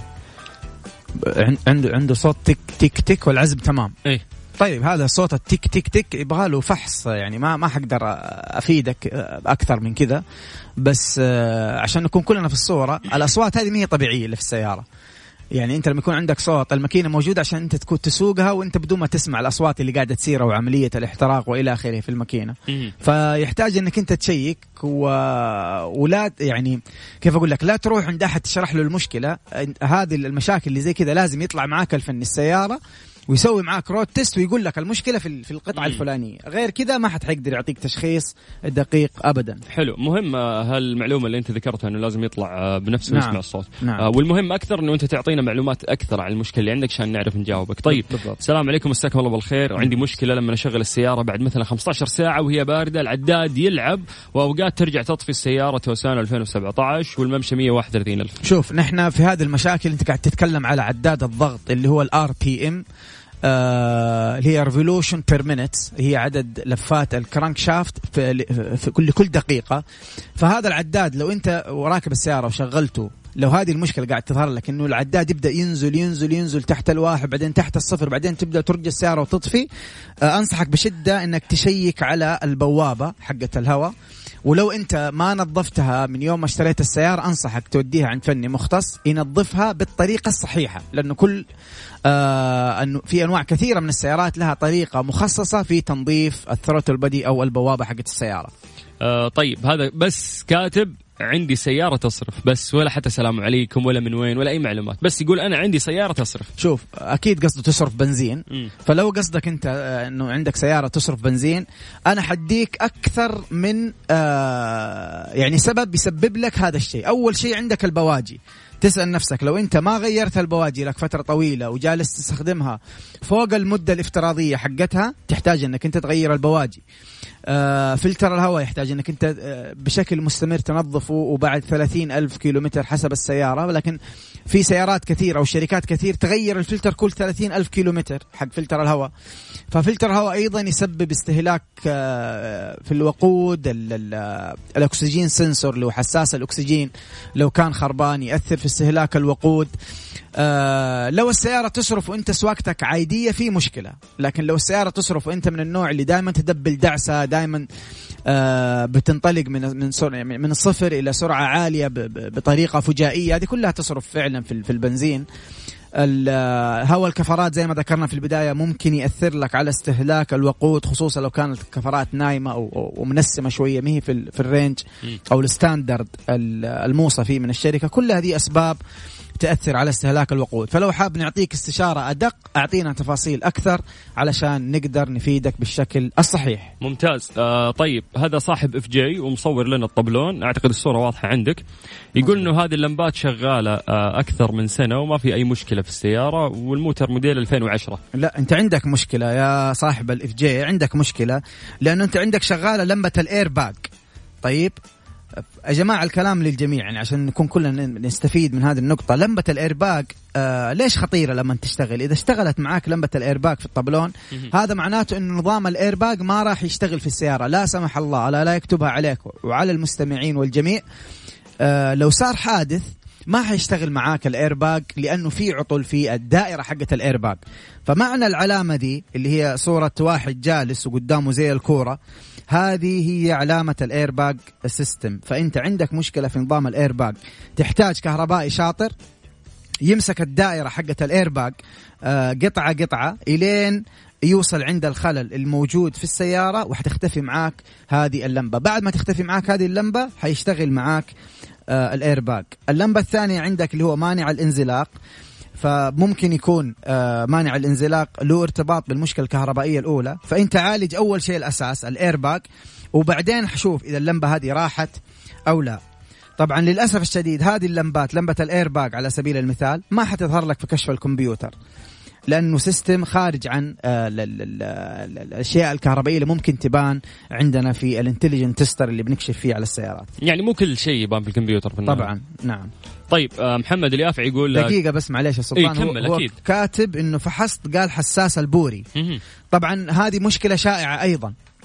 عنده صوت تك تك تك والعزم تمام. ايه طيب هذا صوت التك تك تك يبغى له فحص يعني ما حقدر افيدك اكثر من كذا، بس عشان نكون كلنا في الصورة. الاصوات هذه ما هي طبيعية اللي في السيارة. يعني انت لما يكون عندك صوت الماكينه موجوده عشان انت تكون تسوقها وانت بدون ما تسمع الاصوات اللي قاعده تصير وعمليه الاحتراق والى اخره في الماكينه، فيحتاج انك انت تشيك ولا يعني كيف اقول لك، لا تروح عند احد تشرح له المشكله. هذه المشاكل اللي زي كذا لازم يطلع معاك الفني السياره ويسوي معاك رود تيست ويقول لك المشكله في القطعه الفلانيه، غير كذا ما حتقدر يعطيك تشخيص دقيق ابدا. حلو، مهم هالمعلومه اللي انت ذكرتها انه لازم يطلع بنفسه ويسمع الصوت. نعم. والمهم اكثر انه انت تعطينا معلومات اكثر عن المشكله اللي عندك عشان نعرف نجاوبك. طيب بالضبط. السلام عليكم، مساكم الله بالخير. وعندي مشكله لما اشغل السياره بعد مثلا 15 ساعه وهي بارده، العداد يلعب واوقات ترجع تطفي السياره توسان 2017 والممشى 131,000. شوف نحن في هذه المشاكل انت قاعد تتكلم على عداد الضغط اللي هو الRPM، اللي هي revolution per minute، هي عدد لفات الكرانك شافت في كل دقيقة. فهذا العداد لو انت راكب السيارة وشغلته، لو هذه المشكلة قاعد تظهر لك انه العداد يبدأ ينزل تحت 1 بعدين تحت 0 بعدين تبدأ ترجع السيارة وتطفي، انصحك بشدة انك تشيك على البوابة حقة الهواء. ولو انت ما نظفتها من يوم ما اشتريت السيارة انصحك توديها عند فني مختص ينظفها بالطريقة الصحيحة، لانه كل أنه في أنواع كثيرة من السيارات لها طريقة مخصصة في تنظيف الثروتل بدي أو البوابة حقت السيارة. طيب هذا بس كاتب عندي سيارة تصرف بس، ولا حتى سلام عليكم ولا من وين ولا أي معلومات، بس يقول أنا عندي سيارة تصرف. شوف أكيد قصده تصرف بنزين. فلو قصدك أنت أنه عندك سيارة تصرف بنزين، أنا حديك أكثر من يعني سبب يسبب لك هذا الشيء. أول شيء عندك البواجي، تسأل نفسك لو أنت ما غيرت البواجي لك فترة طويلة وجالس تستخدمها فوق المدة الافتراضية حقتها، تحتاج أنك أنت تغير البواجي. فلتر الهواء يحتاج أنك أنت بشكل مستمر تنظفه وبعد 30,000 كيلومتر حسب السيارة، لكن في سيارات كثيرة أو شركات كثير تغير الفلتر كل 30,000 كيلومتر حق فلتر الهواء. ففلتر الهواء أيضا يسبب استهلاك في الوقود. الأكسجين سنسور اللي هو حساس الأكسجين لو كان خربان يأثر في استهلاك الوقود. لو السيارة تصرف وانت سواقتك عادية في مشكلة، لكن لو السيارة تصرف وانت من النوع اللي دائما تدبل دعسة، دائما بتنطلق من الصفر إلى سرعة عالية بطريقة فجائية، هذه كلها تصرف فعلا في البنزين. الهواء الكفرات زي ما ذكرنا في البداية ممكن يأثر لك على استهلاك الوقود، خصوصا لو كانت الكفرات نايمة أو منسمة شوية مهي في الرينج أو الستاندرد الموصى فيه من الشركة. كل هذه أسباب تأثر على استهلاك الوقود. فلو حاب نعطيك استشارة أدق أعطينا تفاصيل أكثر علشان نقدر نفيدك بالشكل الصحيح. ممتاز. طيب هذا صاحب FJ ومصور لنا الطبلون، أعتقد الصورة واضحة عندك. يقول إنه هذه اللمبات شغالة أكثر من سنة وما في أي مشكلة في السيارة، والموتر موديل 2010. لا أنت عندك مشكلة يا صاحب FJ، عندك مشكلة لأنه أنت عندك شغالة لمبة الإيرباج. طيب يا جماعة الكلام للجميع يعني عشان نكون كلنا نستفيد من هذه النقطة. لمبة الإيرباج ليش خطيرة لما تشتغل؟ إذا اشتغلت معاك لمبة الإيرباج في الطبلون هذا معناته إن نظام الإيرباج ما راح يشتغل في السيارة، لا سمح الله. لا يكتبها عليك وعلى المستمعين والجميع. لو صار حادث ما حيشتغل معاك الإيرباج لأنه في عطل في الدائرة حقة الإيرباج. فمعنى العلامة دي اللي هي صورة واحد جالس وقدامه زي الكورة، هذه هي علامة الإيرباج سيستم. فأنت عندك مشكلة في نظام الإيرباج، تحتاج كهربائي شاطر يمسك الدائرة حقة الإيرباج قطعة قطعة إلين يوصل عند الخلل الموجود في السيارة، وحتختفي معاك هذه اللمبة. بعد ما تختفي معاك هذه اللمبة حيشتغل معاك الإيرباج. اللمبة الثانية عندك اللي هو مانع الانزلاق، فممكن يكون مانع الانزلاق له ارتباط بالمشكلة الكهربائية الأولى. فأنت عالج أول شيء الأساس الإيرباج، وبعدين حشوف إذا اللمبة هذه راحت أو لا. طبعا للأسف الشديد هذه اللمبات، لمبة الإيرباج على سبيل المثال، ما حتظهر لك في كشف الكمبيوتر لأنه سيستم خارج عن الأشياء الكهربائية اللي ممكن تبان عندنا في الانتليجنت تيستر اللي بنكشف فيه على السيارات. يعني مو كل شيء يبان في الكمبيوتر في النهاية. طبعا نعم. طيب محمد اليافعي يقول دقيقة بس معليش يا سلطان. هو كاتب إنه فحصت قال حساس البوري. طبعا هذه مشكلة شائعة أيضا.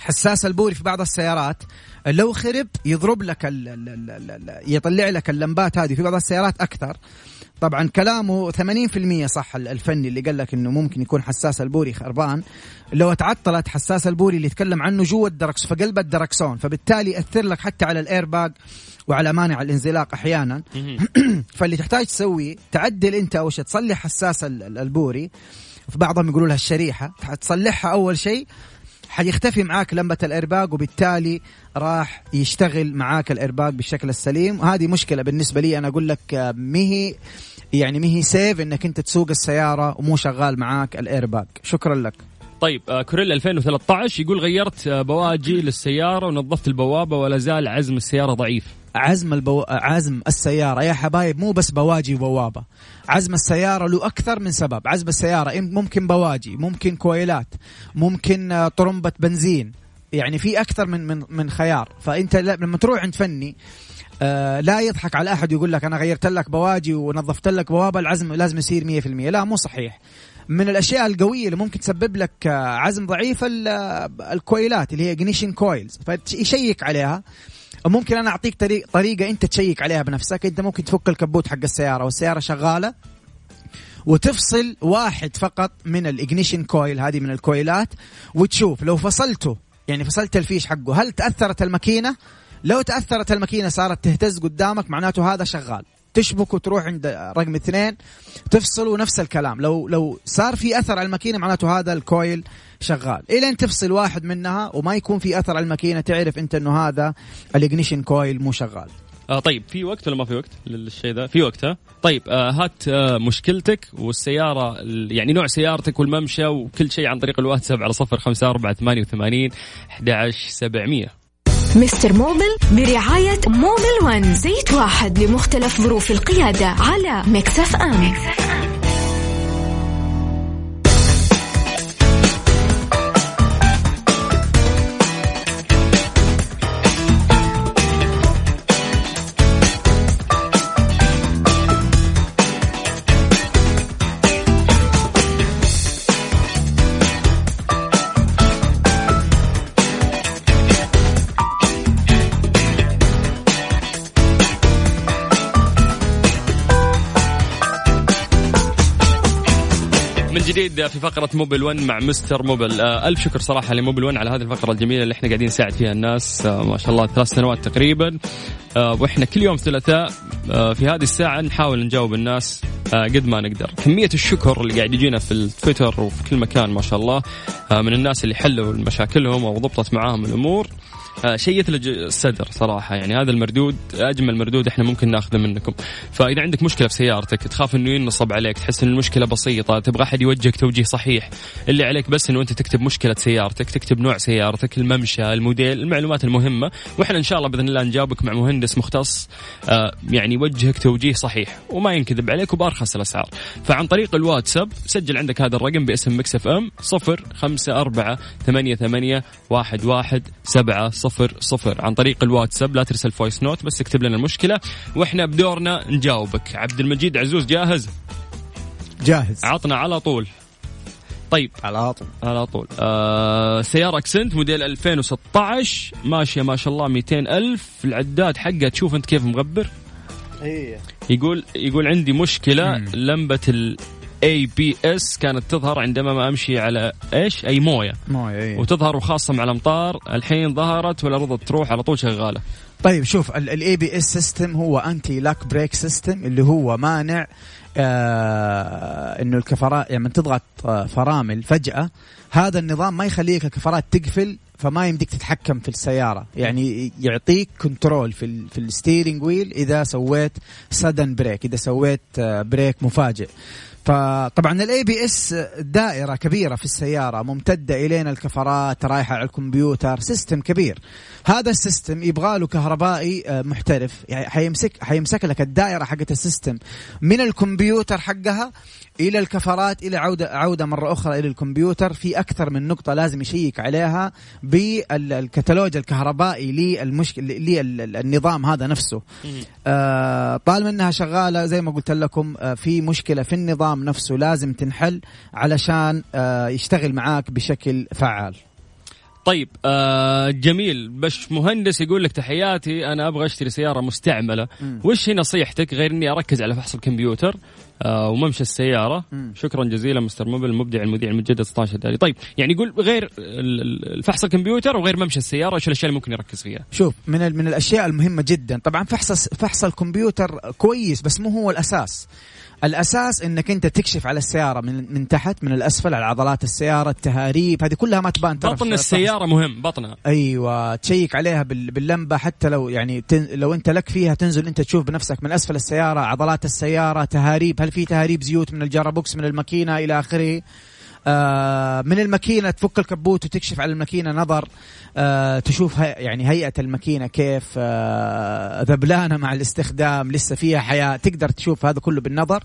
حساس البوري في بعض السيارات لو خرب يضرب لك يطلع لك اللمبات هذه في بعض السيارات أكثر. طبعا كلامه 80% صح الفني اللي قال لك إنه ممكن يكون حساس البوري خربان. لو تعطلت حساس البوري اللي يتكلم عنه جوا الدركس في قلب الدركسون، فبالتالي يأثر لك حتى على الإيرباج وعلى مانع الانزلاق أحيانا. فاللي تحتاج تسويه تعدل أنت أول شيء تصلح حساس البوري، في بعضهم يقولوا لها الشريحة، تصلحها أول شيء حيختفي معاك لمبة الإيرباج، وبالتالي راح يشتغل معاك الإيرباج بالشكل السليم. وهذه مشكلة بالنسبة لي، أنا أقول لك مهي سيف إنك أنت تسوق السيارة ومو شغال معاك الإيرباج. شكرا لك. طيب كوريلا 2013 يقول غيرت بواجي للسيارة ونظفت البوابة ولا زال عزم السيارة ضعيف. عزم السيارة يا حبايب مو بس بواجي وبوابة، عزم السيارة له أكثر من سبب. عزم السيارة ممكن بواجي، ممكن كويلات، ممكن طرمبة بنزين، يعني في أكثر من خيار. فأنت لما تروح عند فني لا يضحك على أحد يقول لك أنا غيرت لك بواجي ونظفت لك بوابة العزم لازم يصير 100%. لا مو صحيح. من الأشياء القوية اللي ممكن تسبب لك عزم ضعيف الكويلات اللي هي ignition coils، فيشيك عليها. ممكن أنا أعطيك طريقة أنت تشيك عليها بنفسك. أنت ممكن تفك الكبوت حق السيارة والسيارة شغالة وتفصل واحد فقط من الإجنيشن كويل هذه من الكويلات، وتشوف لو فصلته يعني فصلت الفيش حقه هل تأثرت الماكينة. لو تأثرت الماكينة صارت تهتز قدامك معناته هذا شغال، تشبك وتروح عند رقم 2 تفصل. نفس الكلام لو صار في أثر على الماكينة معناته هذا الكويل شغال. إلى أن تفصل واحد منها وما يكون في أثر على الماكينة تعرف أنت أنه هذا الإجنيشن كويل مو شغال. طيب في وقت ولا ما في وقت للشيء ذا؟ في وقت. طيب هات مشكلتك والسيارة يعني نوع سيارتك والممشى وكل شيء عن طريق الواتساب على 0548811700. مستر موبل برعاية موبل 1، زيت واحد لمختلف ظروف القيادة على ميكس اف ام. جديد في فقرة موبل 1 مع مستر موبل. ألف شكر صراحة لموبل 1 على هذه الفقرة الجميلة اللي احنا قاعدين نساعد فيها الناس ما شاء الله 3 سنوات تقريبا. وإحنا كل يوم ثلاثاء في هذه الساعة نحاول نجاوب الناس قد ما نقدر. كمية الشكر اللي قاعد يجينا في التويتر وفي كل مكان ما شاء الله من الناس اللي حلوا مشاكلهم أو ضبطت معاهم الأمور شيء يثلج الصدر صراحة. يعني هذا المردود أجمل مردود إحنا ممكن ناخذه منكم. فإذا عندك مشكلة في سيارتك تخاف إنه ينصب عليك، تحس إن المشكلة بسيطة، تبغى أحد يوجهك توجيه صحيح، اللي عليك بس إنه أنت تكتب مشكلة سيارتك، تكتب نوع سيارتك، الممشى، الموديل، المعلومات المهمة، وإحنا إن شاء الله بإذن الله نجاوبك مع مهندس مختص يعني يوجهك توجيه صحيح وما ينكذب عليك وبأرخص الأسعار. فعن طريق الواتساب سجل عندك هذا الرقم باسم ميكس اف ام 0548811700 عن طريق الواتساب. لا ترسل فويس نوت، بس اكتب لنا المشكلة وإحنا بدورنا نجاوبك. عبد المجيد عزوز جاهز؟ جاهز، عطنا على طول. طيب على طول سيارة أكسنت موديل 2016 ماشية ما شاء الله 200,000 العداد حقها. تشوف أنت كيف مغبر. يقول عندي مشكلة لمبة ABS كانت تظهر عندما ما أمشي على أي موية وتظهر وخاصة مع الأمطار. الحين ظهرت ولا رضت تروح على طول شغالة. طيب شوف ال ABS سيستم هو أنتي لاك بريك سيستم اللي هو مانع إنه الكفرات يعني من تضغط فرامل فجأة هذا النظام ما يخليك الكفرات تقفل، فما يمديك تتحكم في السيارة. يعني يعطيك كنترول في الستيرينج ويل إذا سويت سدن بريك، إذا سويت بريك مفاجئ. فطبعا الاي بي اس دائرة كبيرة في السيارة ممتدة إلينا الكفرات رايحة على الكمبيوتر، سيستم كبير. هذا السيستم يبغى له كهربائي محترف، يعني حيمسك لك الدائرة حقت السيستم من الكمبيوتر حقها إلى الكفرات إلى عودة مرة أخرى إلى الكمبيوتر. في أكثر من نقطة لازم يشيك عليها بالكتالوج الكهربائي للنظام هذا نفسه. طالما أنها شغالة زي ما قلت لكم في مشكلة في النظام نفسه لازم تنحل علشان يشتغل معاك بشكل فعال. طيب جميل. بش مهندس يقول لك تحياتي، أنا أبغى أشتري سيارة مستعملة، وش هي نصيحتك غير إني أركز على فحص الكمبيوتر وممشى السيارة؟ شكرا جزيلا مستر موبل المبدع المذيع المجدد 16 داري. طيب يعني يقول غير فحص الكمبيوتر وغير ممشى السيارة ايش الاشياء اللي ممكن يركز فيها؟ شوف من الاشياء المهمة جدا طبعا فحص الكمبيوتر كويس، بس مو هو الاساس. الأساس إنك أنت تكشف على السيارة من تحت من الأسفل على عضلات السيارة، التهاريب هذه كلها ما تبان. بطن السيارة مهم، بطنها أيوة تشيك عليها باللمبة، حتى لو يعني لو أنت لك فيها تنزل أنت تشوف بنفسك من أسفل السيارة عضلات السيارة، تهاريب، هل في تهاريب زيوت من الجرابوكس من الماكينة إلى آخره. من الماكينة تفك الكبوت وتكشف على الماكينة نظر، تشوف يعني هيئة الماكينة كيف، ذبلانة مع الاستخدام لسه فيها حياة، تقدر تشوف هذا كله بالنظر.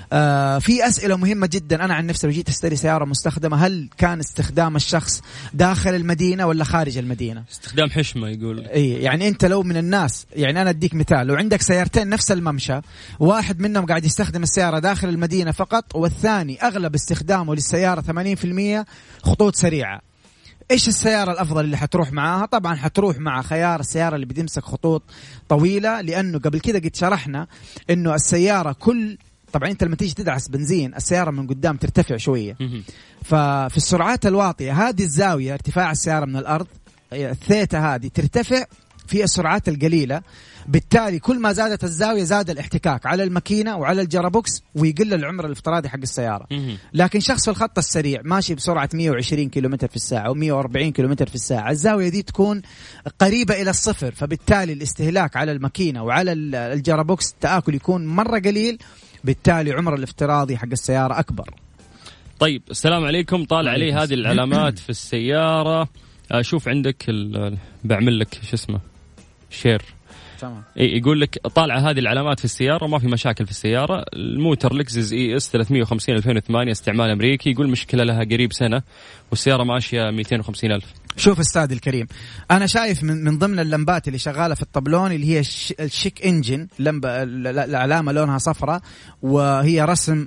في أسئلة مهمة جدا. أنا عن نفسي لو جيت أشتري سيارة مستخدمة، هل كان استخدام الشخص داخل المدينة ولا خارج المدينة؟ استخدام حشمة يقول. يعني أنت لو من الناس، يعني أنا أديك مثال، لو عندك سيارتين نفس الممشى، واحد منهم قاعد يستخدم السيارة داخل المدينة فقط، والثاني أغلب استخدامه للسيارة 80% خطوط سريعة، إيش السيارة الأفضل اللي حتروح معاها؟ طبعا حتروح مع خيار السيارة اللي بتمسك خطوط طويلة، لأنه قبل كده قد شرحنا إنه السيارة طبعا أنت لما تيجي تدعس بنزين السيارة من قدام ترتفع شوية، ففي السرعات الواطية هذه الزاوية ارتفاع السيارة من الأرض الثيتا هذه ترتفع في السرعات القليلة، بالتالي كل ما زادت الزاوية زاد الاحتكاك على الماكينة وعلى الجرابوكس ويقل العمر الافتراضي حق السيارة. لكن شخص في الخط السريع ماشي بسرعة 120 كيلومتر في الساعة و140 كيلومتر في الساعة، الزاوية دي تكون قريبة إلى الصفر، فبالتالي الاستهلاك على الماكينة وعلى الجرابوكس التآكل يكون مرة قليل، بالتالي عمر الافتراضي حق السيارة أكبر. طيب السلام عليكم، طالع علي هذه العلامات في السيارة، شوف عندك بعمل لك شو اسمه شير تمام. يقول لك طالعة هذه العلامات في السيارة وما في مشاكل في السيارة. الموتر لكزس ES 350 2008 استعمال أمريكي، يقول مشكلة لها قريب سنة والسيارة ماشية 250,000. شوف أستاذ الكريم، أنا شايف من ضمن اللمبات اللي شغالة في الطبلون اللي هي الشيك إنجن، لمبة العلامة لونها صفرة وهي رسم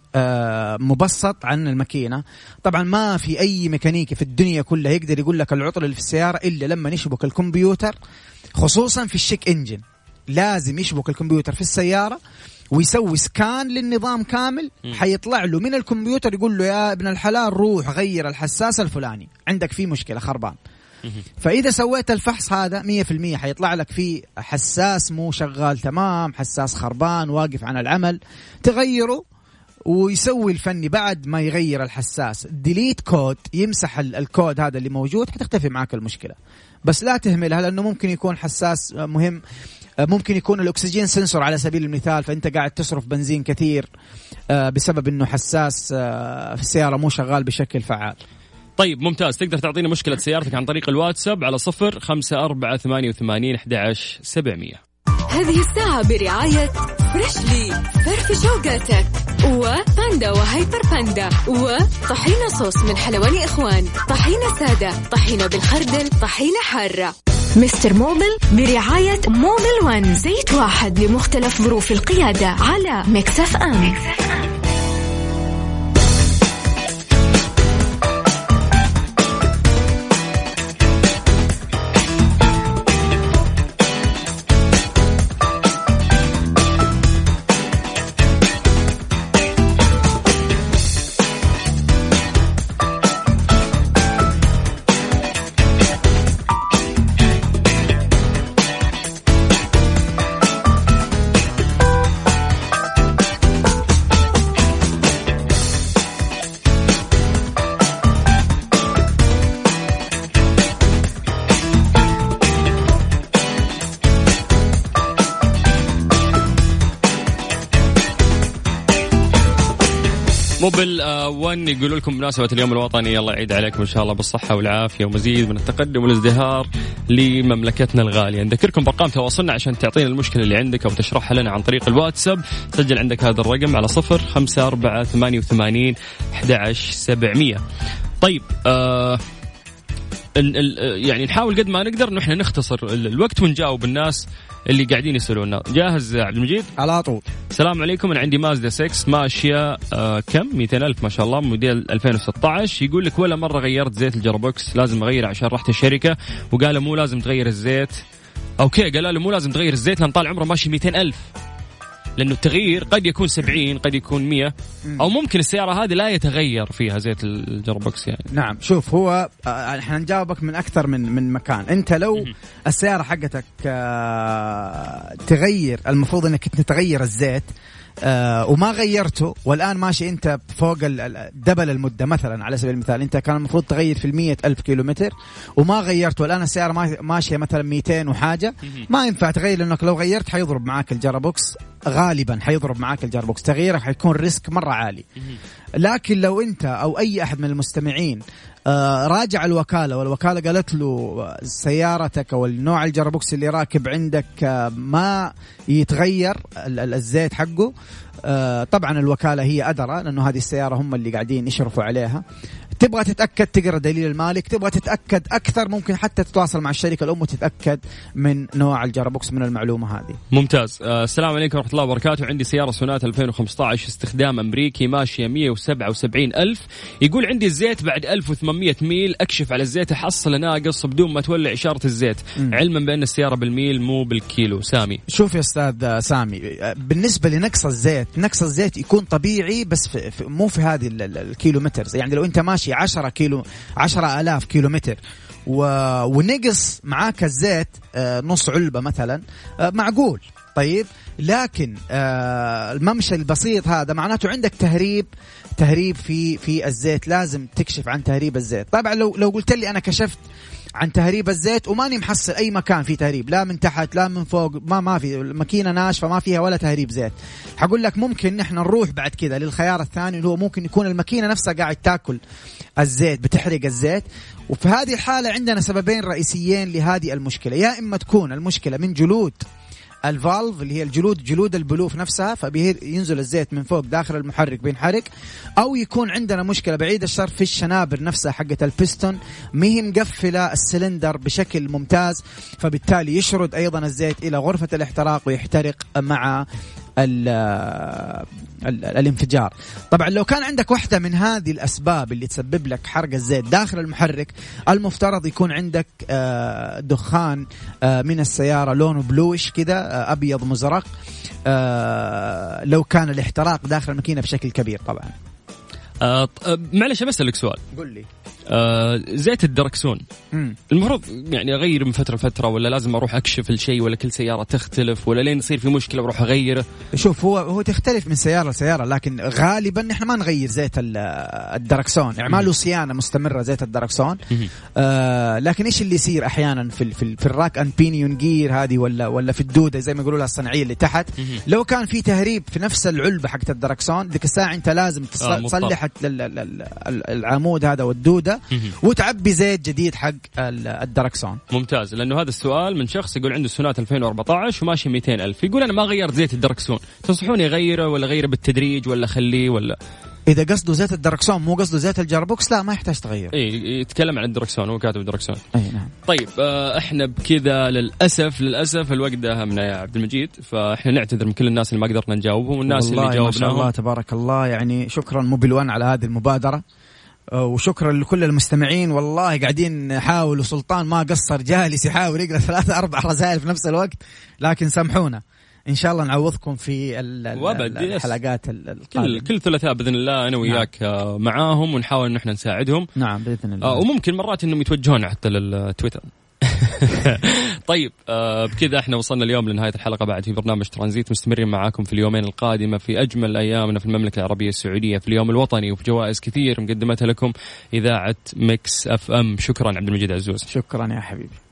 مبسط عن الماكينة. طبعا ما في أي ميكانيكي في الدنيا كلها يقدر يقول لك العطل اللي في السيارة إلا لما يشبك الكمبيوتر، خصوصا في الشيك إنجن لازم يشبك الكمبيوتر في السيارة ويسوي سكان للنظام كامل، حيطلع له من الكمبيوتر يقول له يا ابن الحلال روح غير الحساس الفلاني، عندك فيه مشكلة خربان. فإذا سويت الفحص هذا 100% حيطلع لك فيه حساس مو شغال تمام، حساس خربان واقف عن العمل، تغيره ويسوي الفني بعد ما يغير الحساس ديليت كود، يمسح الكود هذا اللي موجود، حتختفي معك المشكلة. بس لا تهملها لأنه ممكن يكون حساس مهم، ممكن يكون الأكسجين سنسور على سبيل المثال، فأنت قاعد تصرف بنزين كثير بسبب أنه حساس في السيارة مو شغال بشكل فعال. طيب ممتاز، تقدر تعطينا مشكلة سيارتك عن طريق الواتساب على 0548811700. هذه الساعة برعاية فريشلي فرف شوقاتك وباندا وهيبر باندا وطحينة صوص من حلواني إخوان، طحينة سادة، طحينة بالخردل، طحينة حارة. مستر موبل برعاية موبل ون، زيت واحد لمختلف ظروف القيادة على ميكس اف ام. موبل ون يقولوا لكم بمناسبة اليوم الوطني الله يعيد عليكم إن شاء الله بالصحة والعافية ومزيد من التقدم والازدهار لمملكتنا الغالية. نذكركم بأرقام تواصلنا عشان تعطينا المشكلة اللي عندك أو تشرحها لنا عن طريق الواتساب. سجل عندك هذا الرقم على 0548811700. طيب يعني نحاول قد ما نقدر إنه إحنا نختصر الوقت ونجاوب الناس اللي قاعدين يسألونا. جاهز عبد المجيد؟ على طول. السلام عليكم، أنا عندي مازدا 6 ماشية كم 200,000 ما شاء الله، موديل 2016. يقول لك ولا مرة غيرت زيت الجربوكس، لازم أغيره عشان رحت الشركة وقالوا مو لازم تغير الزيت. أوكي، قالوا له مو لازم تغير الزيت لأن طال عمره ماشي 200,000، لأنه التغيير قد يكون 70 قد يكون 100 أو ممكن السيارة هذه لا يتغير فيها زيت الجربوكس يعني. نعم شوف، هو احنا نجاوبك من أكثر من مكان. أنت لو السيارة حقتك تغير، المفروض أنك تغير الزيت وما غيرته والآن ماشي أنت فوق دبل المدة، مثلا على سبيل المثال أنت كان المفروض تغير في 100,000 كيلومتر وما غيرته والآن السيارة ماشية مثلا 200 وحاجة، ما ينفع تغير، لأنك لو غيرت حيضرب معاك الجربوكس، غالبا حيضرب معاك الجربوكس، تغييرك حيكون ريسك مرة عالي. لكن لو أنت أو أي أحد من المستمعين راجع الوكالة والوكالة قالت له سيارتك أو النوع الجربوكس اللي راكب عندك ما يتغير الزيت حقه، طبعا الوكالة هي أدرى لأنه هذه السيارة هم اللي قاعدين يشرفوا عليها. تبغى تتأكد تقرأ دليل المالك، تبغى تتأكد أكثر ممكن حتى تتواصل مع الشركة الأم وتتأكد من نوع الجربوكس من المعلومة هذه. ممتاز. السلام عليكم ورحمة الله وبركاته. عندي سيارة سوناتا 2015 استخدام أمريكي ماشية 177,000. يقول عندي الزيت بعد 1800 ميل أكشف على الزيت أحصل ناقص بدون ما تولع إشارة الزيت، علما بأن السيارة بالميل مو بالكيلو. سامي. شوف يا أستاذ سامي، بالنسبة لنقص الزيت، نقص الزيت يكون طبيعي بس مو في هذه الكيلومتر. يعني لو أنت ماشي 10,000 كيلومتر ونقص معاك الزيت نص علبة مثلا، معقول. طيب لكن الممشى البسيط هذا معناته عندك تهريب في الزيت، لازم تكشف عن تهريب الزيت. طبعا لو قلت لي أنا كشفت عن تهريب الزيت وماني محصل أي مكان فيه تهريب، لا من تحت لا من فوق، ما في، الماكينة ناشفة ما فيها ولا تهريب زيت، حقول لك ممكن نحن نروح بعد كذا للخيار الثاني اللي هو ممكن يكون الماكينة نفسها قاعد تاكل الزيت، بتحرق الزيت. وفي هذه الحالة عندنا سببين رئيسيين لهذه المشكلة، يا إما تكون المشكلة من جلود الفالف اللي هي جلود البلوف نفسها، فبينزل الزيت من فوق داخل المحرك بينحرق، أو يكون عندنا مشكلة بعيد الشر في الشنابر نفسها حقة البستون، مهي مقفلة السلندر بشكل ممتاز، فبالتالي يشرد أيضا الزيت إلى غرفة الاحتراق ويحترق مع الانفجار. طبعا لو كان عندك واحدة من هذه الأسباب اللي تسبب لك حرق الزيت داخل المحرك، المفترض يكون عندك دخان من السيارة لونه بلوش كده أبيض مزرق، لو كان الاحتراق داخل الماكينة بشكل كبير. طبعا معلش بسألك سؤال. قل لي. زيت الدركسون المفروض يعني أغير من فترة لفترة، ولا لازم أروح أكشف الشيء، ولا كل سيارة تختلف، ولا لين يصير في مشكلة وأروح أغيره؟ شوف، هو تختلف من سيارة لسيارة، لكن غالبا نحن ما نغير زيت الدركسون، إعماله صيانة مستمرة زيت الدركسون. لكن إيش اللي يصير أحيانا في الراك أند بينيون جير هذه، ولا في الدودة زي ما يقولوا لها الصناعية اللي تحت، لو كان في تهريب في نفس العلبة حقت الدركسون، ذيك الساعة أنت لازم تصلح العمود هذا والدودة وتعبي زيت جديد حق الدركسون. ممتاز، لأنه هذا السؤال من شخص يقول عنده سونات 2014 وماشي 200,000، يقول أنا ما غيرت زيت الدركسون، تنصحوني أغيره ولا أغيره بالتدريج ولا خليه؟ ولا إذا قصده زيت الدركسون مو قصده زيت الجربوكس، لا ما يحتاج تغير. إيه، يتكلم عن الدركسون، هو كاتب الدركسون. أي نعم. طيب إحنا بكذا للأسف الوقت داهمنا يا عبد المجيد، فإحنا نعتذر من كل الناس اللي ما قدرنا نجاوبهم، والناس اللي جاوبناهم. ما شاء الله تبارك الله، يعني شكرا موبيل 1 على هذه المبادرة، وشكرا لكل المستمعين. والله قاعدين نحاول، وسلطان ما قصر جالس يحاول يقرأ 3-4 رسائل في نفس الوقت، لكن سامحونا، إن شاء الله نعوضكم في الحلقات القادمة. كل ثلاثاء بإذن الله أنا وياك معاهم، ونحاول إن احنا نساعدهم. نعم بإذن الله. وممكن مرات إنهم يتوجهون حتى للتويتر. طيب بكذا احنا وصلنا اليوم لنهاية الحلقة بعد في برنامج ترانزيت، مستمرين معاكم في اليومين القادمة في أجمل أيامنا في المملكة العربية السعودية في اليوم الوطني، وفي جوائز كثير مقدمتها لكم إذاعة ميكس FM. شكرا عبد المجيد عزوز. شكرا يا حبيبي.